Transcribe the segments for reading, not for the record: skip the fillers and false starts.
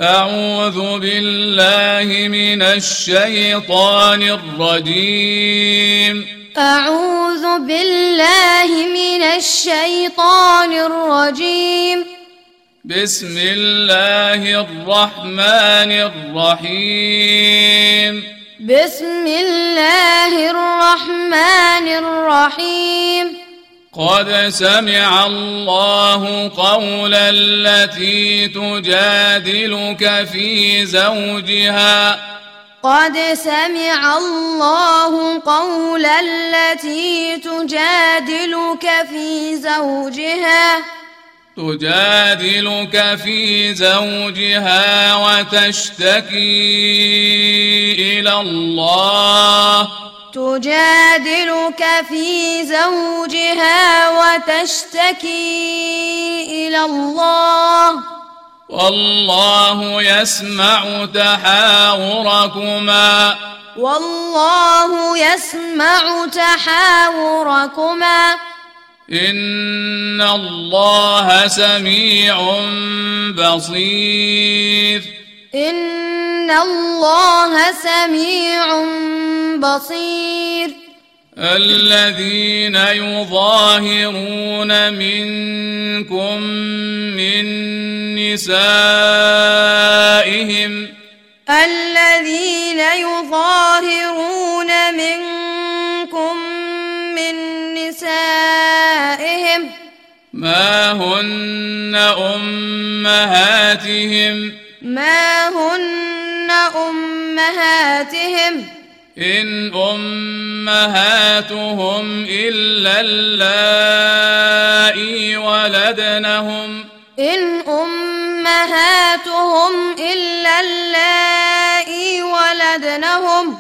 أعوذ بالله من الشيطان الرجيم. أعوذ بالله من الشيطان الرجيم. بسم الله الرحمن الرحيم. بسم الله الرحمن الرحيم. قد سمع الله قول التي تجادلك في زوجها. قد سمع الله قول التي تجادلك في زوجها وتشتكي إلى الله. والله يسمع تحاوركما. إن الله سميع بصير. الذين يظاهرون منكم من نسائهم. ما هن أمهاتهم. إن أمهاتهم إلا اللائي ولدنهم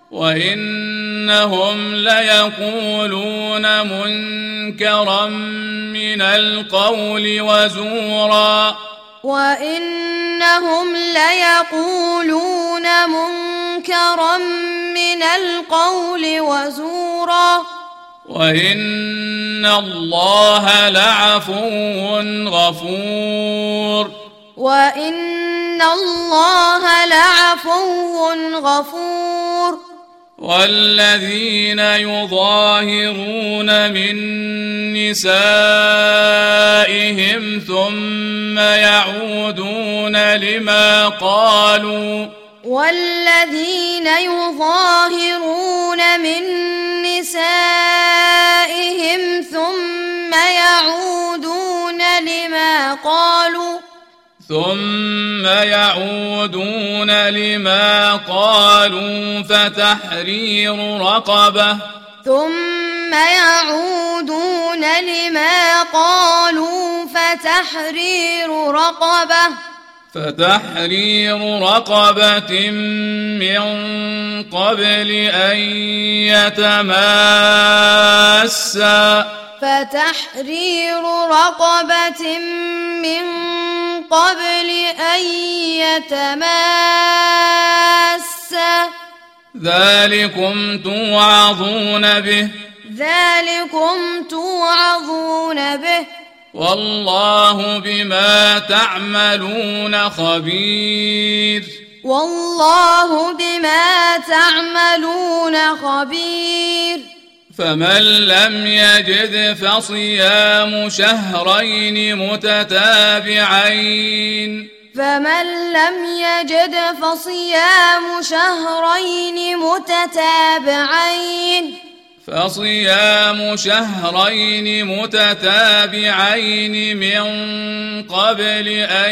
وإنهم ليقولون منكرا من القول وزورا. وإن الله لعفو غفور. والذين يظاهرون من نسائهم ثم يعودون لما قالوا فتحرير رقبة من قبل أن يتماسا. ذلكم توعظون به. والله بما تعملون خبير. فمن لم يجد فصيام شهرين متتابعين من قبل أن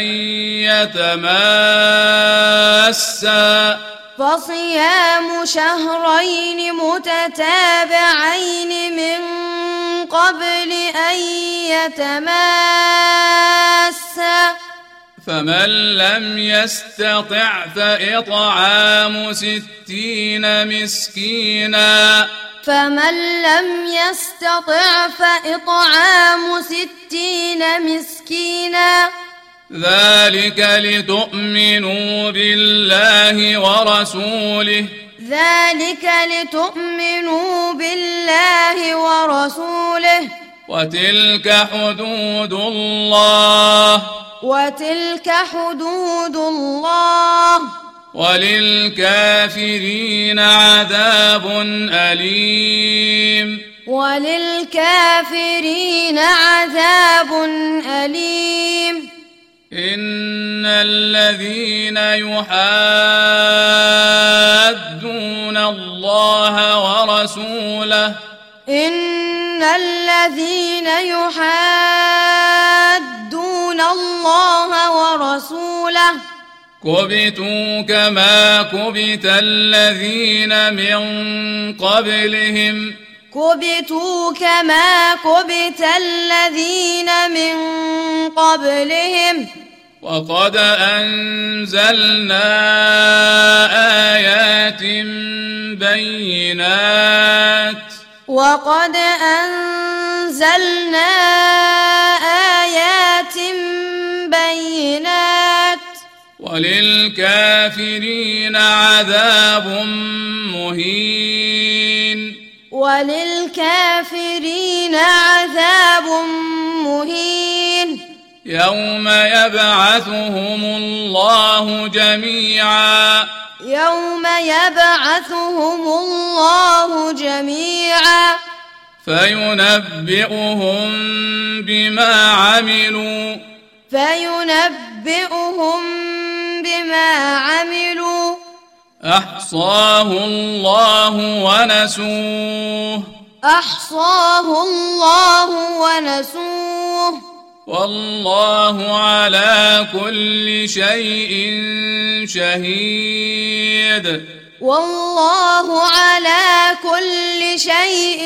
يتماسا. فمن لم يستطع فإطعام 60 مسكينا. ذلك لتؤمنوا بالله ورسوله. وتلك حدود الله وللكافرين عذاب أليم. وللكافرين عذاب أليم. إن الذين يحادون الله ورسوله إن الذين يحادون الله ورسوله كبتوا كما كبت الذين من قبلهم كبتوا كما كبت الذين من قبلهم وقد أنزلنا آيات بينات وقد أنزلنا آيات بينات وللكافرين عذاب مهين. وللكافرين عذاب مهين. يوم يبعثهم الله جميعا يوم يبعثهم الله جميعا فينبئهم بما عملوا أحصاه الله ونسوه والله على كل شيء شهيد. والله على كل شيء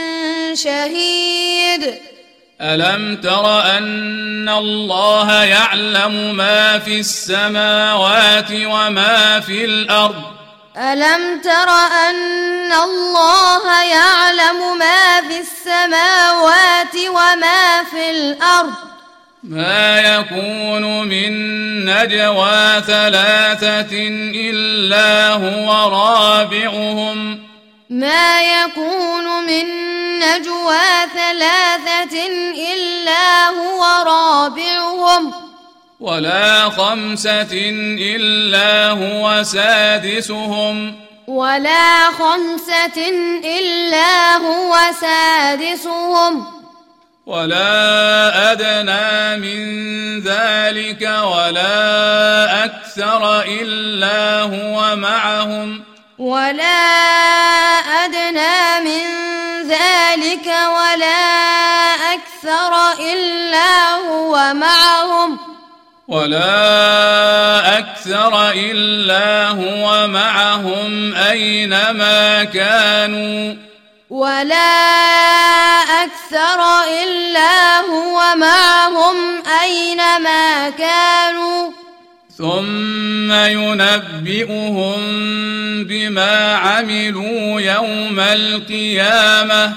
شهيد. ألم تر أن الله يعلم ما في السماوات وما في الأرض ألم تر أن الله يعلم ما في السماوات وما في الأرض ما يكون من نجوى ثلاثة إلا هو رابعهم ما يكون من نجوى ثلاثة إلا هو رابعهم ولا خمسة إلا هو سادسهم ولا خمسة إلا هو سادسهم ولا أدنى من ذلك ولا أكثر إلا هو معهم ولا أدنى من ذلك ولا أكثر إلا هو معهم ولا أكثر إلا هو معهم أينما كانوا ولا أكثر إلا هو معهم أينما كانوا ثم ينبئهم بما عملوا يوم القيامة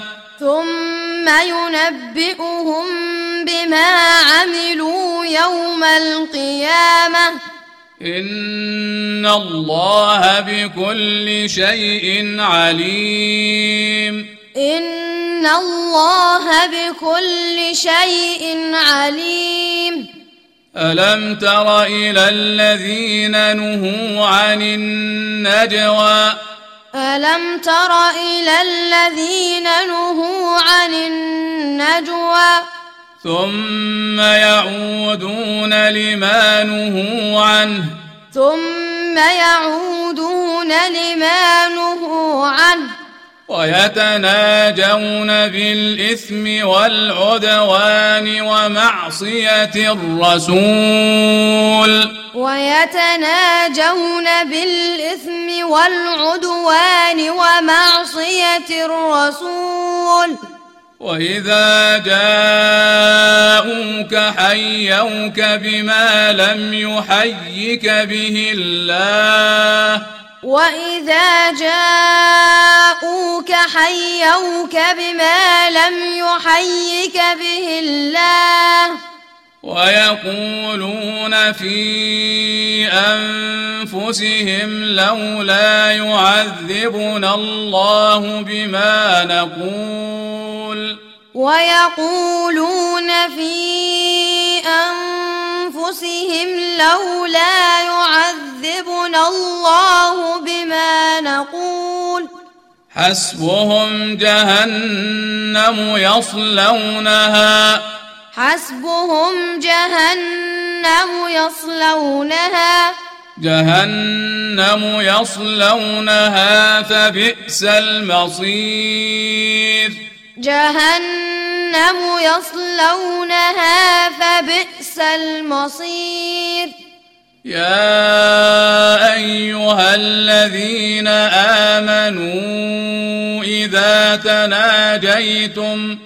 إن الله بكل شيء عليم. إن الله بكل شيء عليم. ألم تر إلى الذين نهوا عن النجوى ألم تر إلى الذين نهوا عن النجوى ثم يعودون لما نهوا عنه ويتناجون بالإثم والعدوان ومعصية الرسول وإذا جاءوك حيوك بما لم يحيك به الله ويقولون في أنفسهم لولا يعذبنا الله بما نقول حسبهم جهنم يصلونها حسبهم جهنم يصلونها فبئس المصير يا أيها الذين آمنوا إذا تناجيتم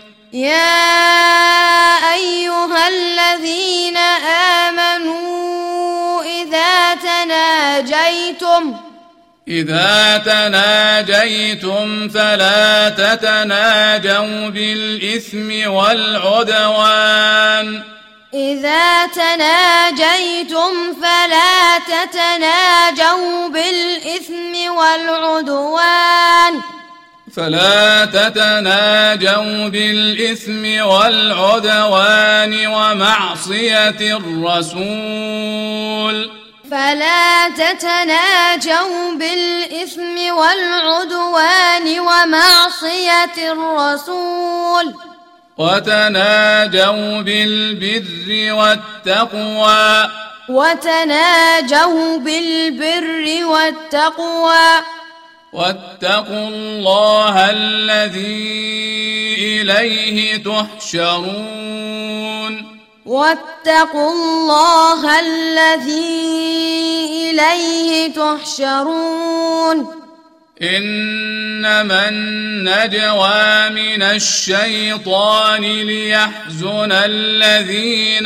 إذا تناجيتم فلا تتناجوا بالإثم والعدوان ومعصية الرسول وتناجوا بالبر والتقوى واتقوا الله الذي إليه تحشرون إنما النجوى من الشيطان ليحزن الذين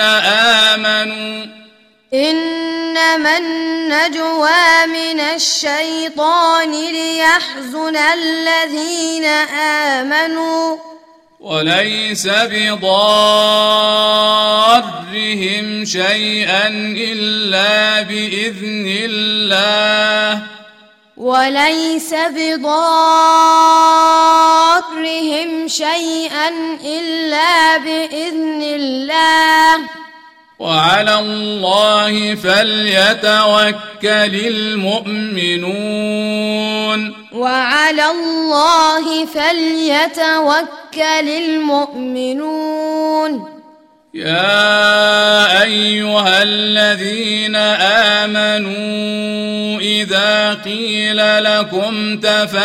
آمنوا وليس بضارهم شيئا إلا بإذن الله وعلى الله فليتوكل المؤمنون يا أيها الذين آمنوا إذا قيل لكم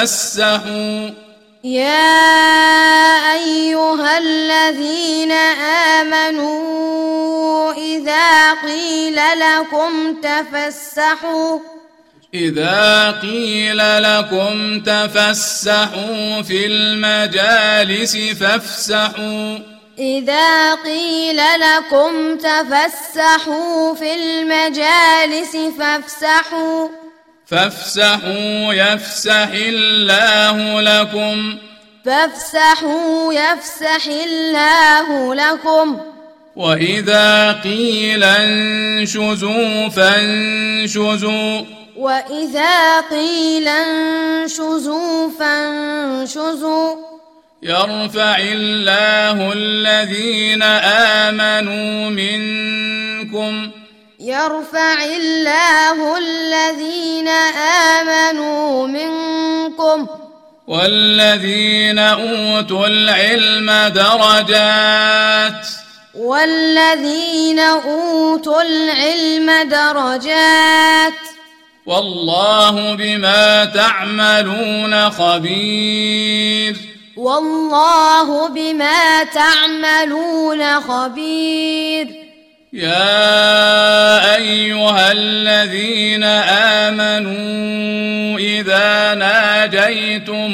تفسحوا في المجالس فافسحوا يفسح الله لكم وإذا قيل انشزوا فانشزوا يرفع الله الذين آمنوا منكم والذين أوتوا العلم درجات والله بما تعملون خبير يا أيها الذين آمنوا إذا ناجيتم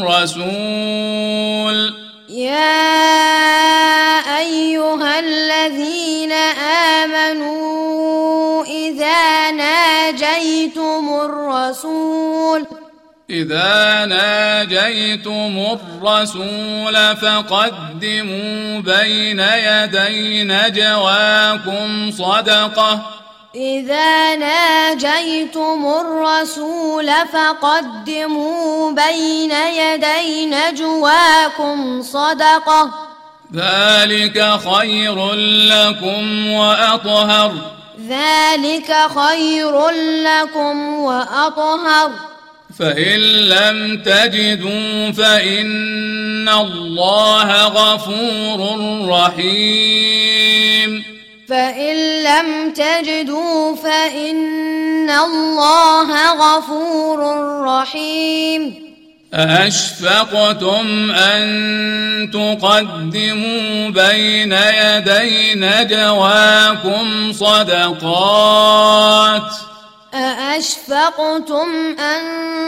الرسول فقدموا بين يدي نجواكم صدقة ذلك خير لكم وأطهر فإن لم تجدوا فإن الله غفور رحيم فإن لم تجدوا فإن الله غفور رحيم أأشفقتم أن تقدموا بين يدي نجواكم صدقات أأشفقتم أن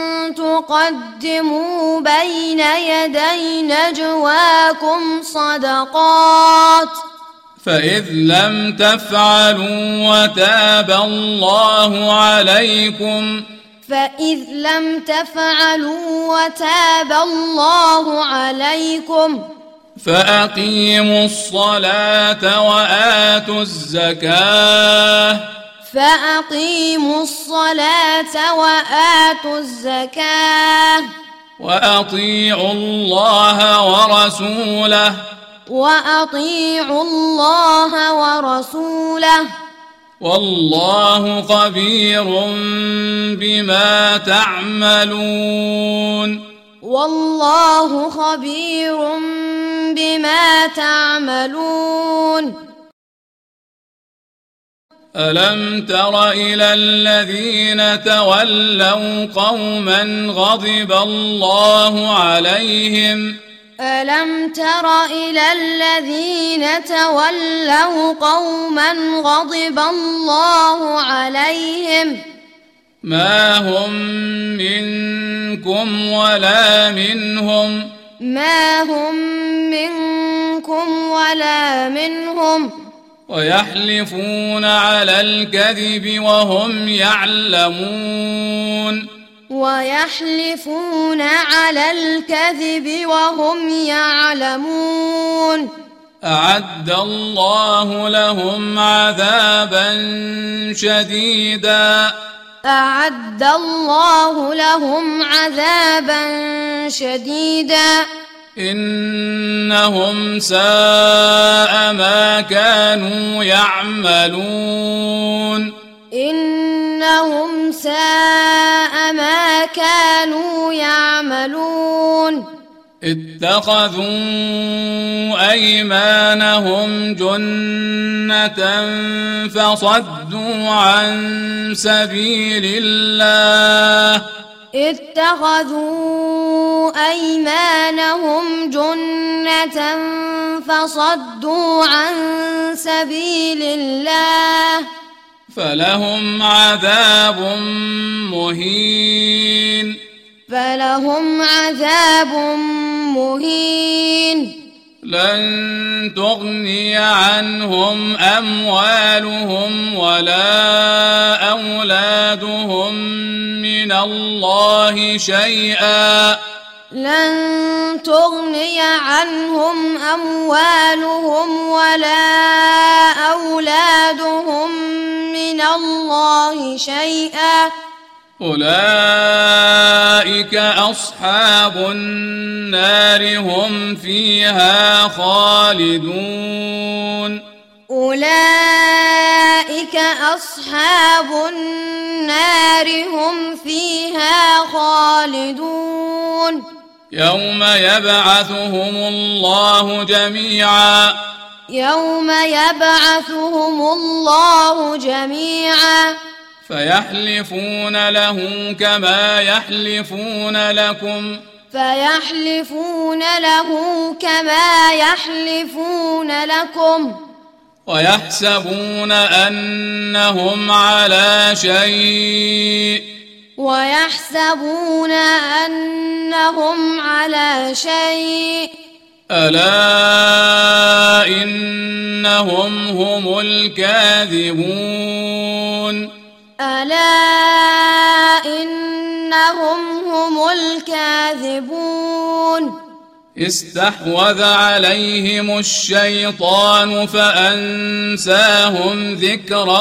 تقدموا بين يدي نجواكم صدقات فإذ لم تفعلوا وتاب الله عليكم فإذ لم تفعلوا وتاب الله عليكم فأقيموا الصلاة وآتوا الزكاة فأقيموا الصلاة وآتوا الزكاة وأطيعوا الله ورسوله وأطيعوا الله ورسوله والله خبير بما تعملون والله خبير بما تعملون ألم تر إلى الذين تولوا قوما غضب الله عليهم ألم تر إلى الذين تولوا قوما غضب الله عليهم ما هم منكم ولا منهم ويحلفون على الكذب وهم يعلمون أعد الله لهم عذابا شديدا إنهم ساء ما كانوا يعملون اتخذوا أيمانهم جنة فصدوا عن سبيل الله فلهم عذاب مهين لن تغني عنهم أموالهم ولا أولادهم من الله شيئا أولئك أصحاب النار هم فيها خالدون يوم يبعثهم الله جميعا فيحلفون له كما يحلفون لكم ويحسبون أنهم على شيء ألا إنهم هم الكاذبون استحوذ عليهم الشيطان فأنساهم ذكر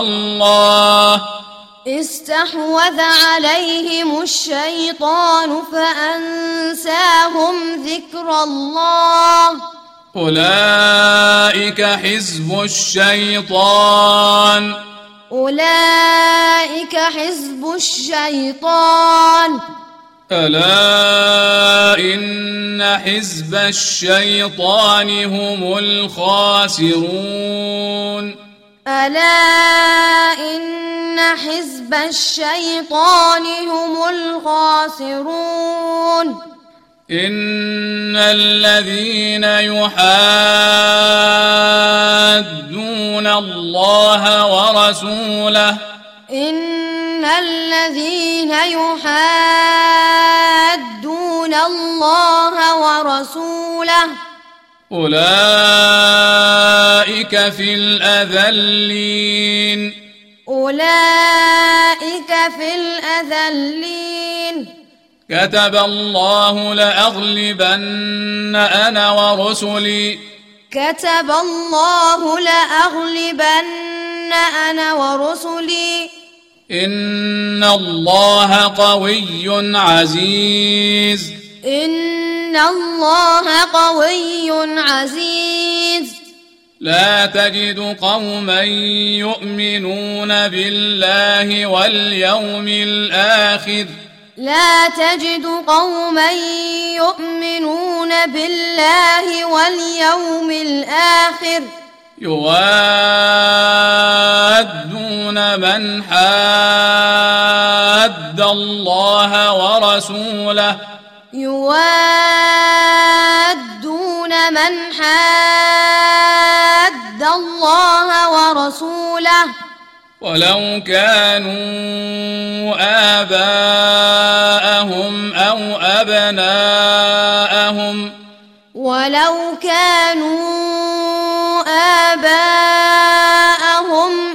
الله أولئك حزب الشيطان ألا إن حزب الشيطان هم الخاسرون ألا إن حزب الشيطان هم الخاسرون إن الذين يحادون الله ورسوله إن الذين يحادون الله ورسوله أولئك في الأذلين أولئك في الأذلين كتب الله لأغلبن أنا ورسلي كتب الله لأغلبن أنا ورسلي إن الله قوي عزيز إن الله قوي عزيز لا تجد قوما يؤمنون بالله واليوم الآخر لا تجد قوما يؤمنون بالله واليوم الآخر يوادون من حاد الله ورسوله يوادون من حاد الله ورسوله ولو كانوا آباءهم أو أبناءهم ولو كانوا آباءهم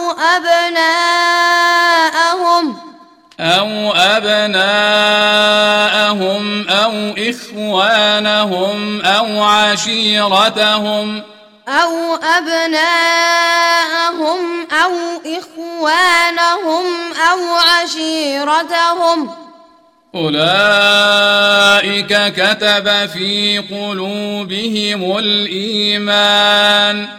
أو إخوانهم أو عشيرتهم أولئك كتب في قلوبهم الإيمان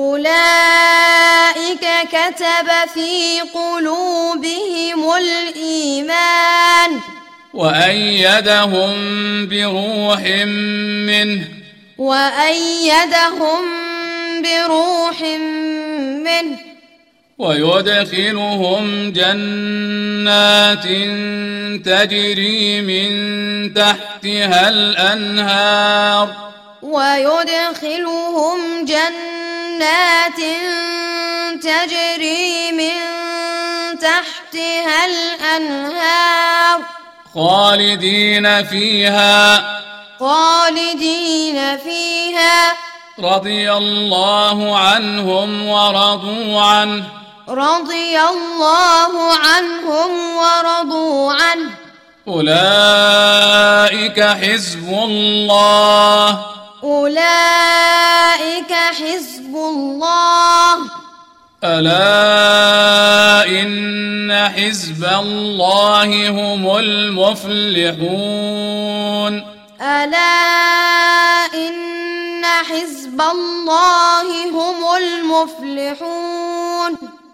أولئك كتب في قلوبهم الإيمان وأيدهم بروح منه ويدخلهم جنات تجري من تحتها الأنهار خالدين فيها رضي الله عنهم ورضوا عنه أولئك حزب الله ألا إن حزب الله هم المفلحون ألا إن حزب الله هم المفلحون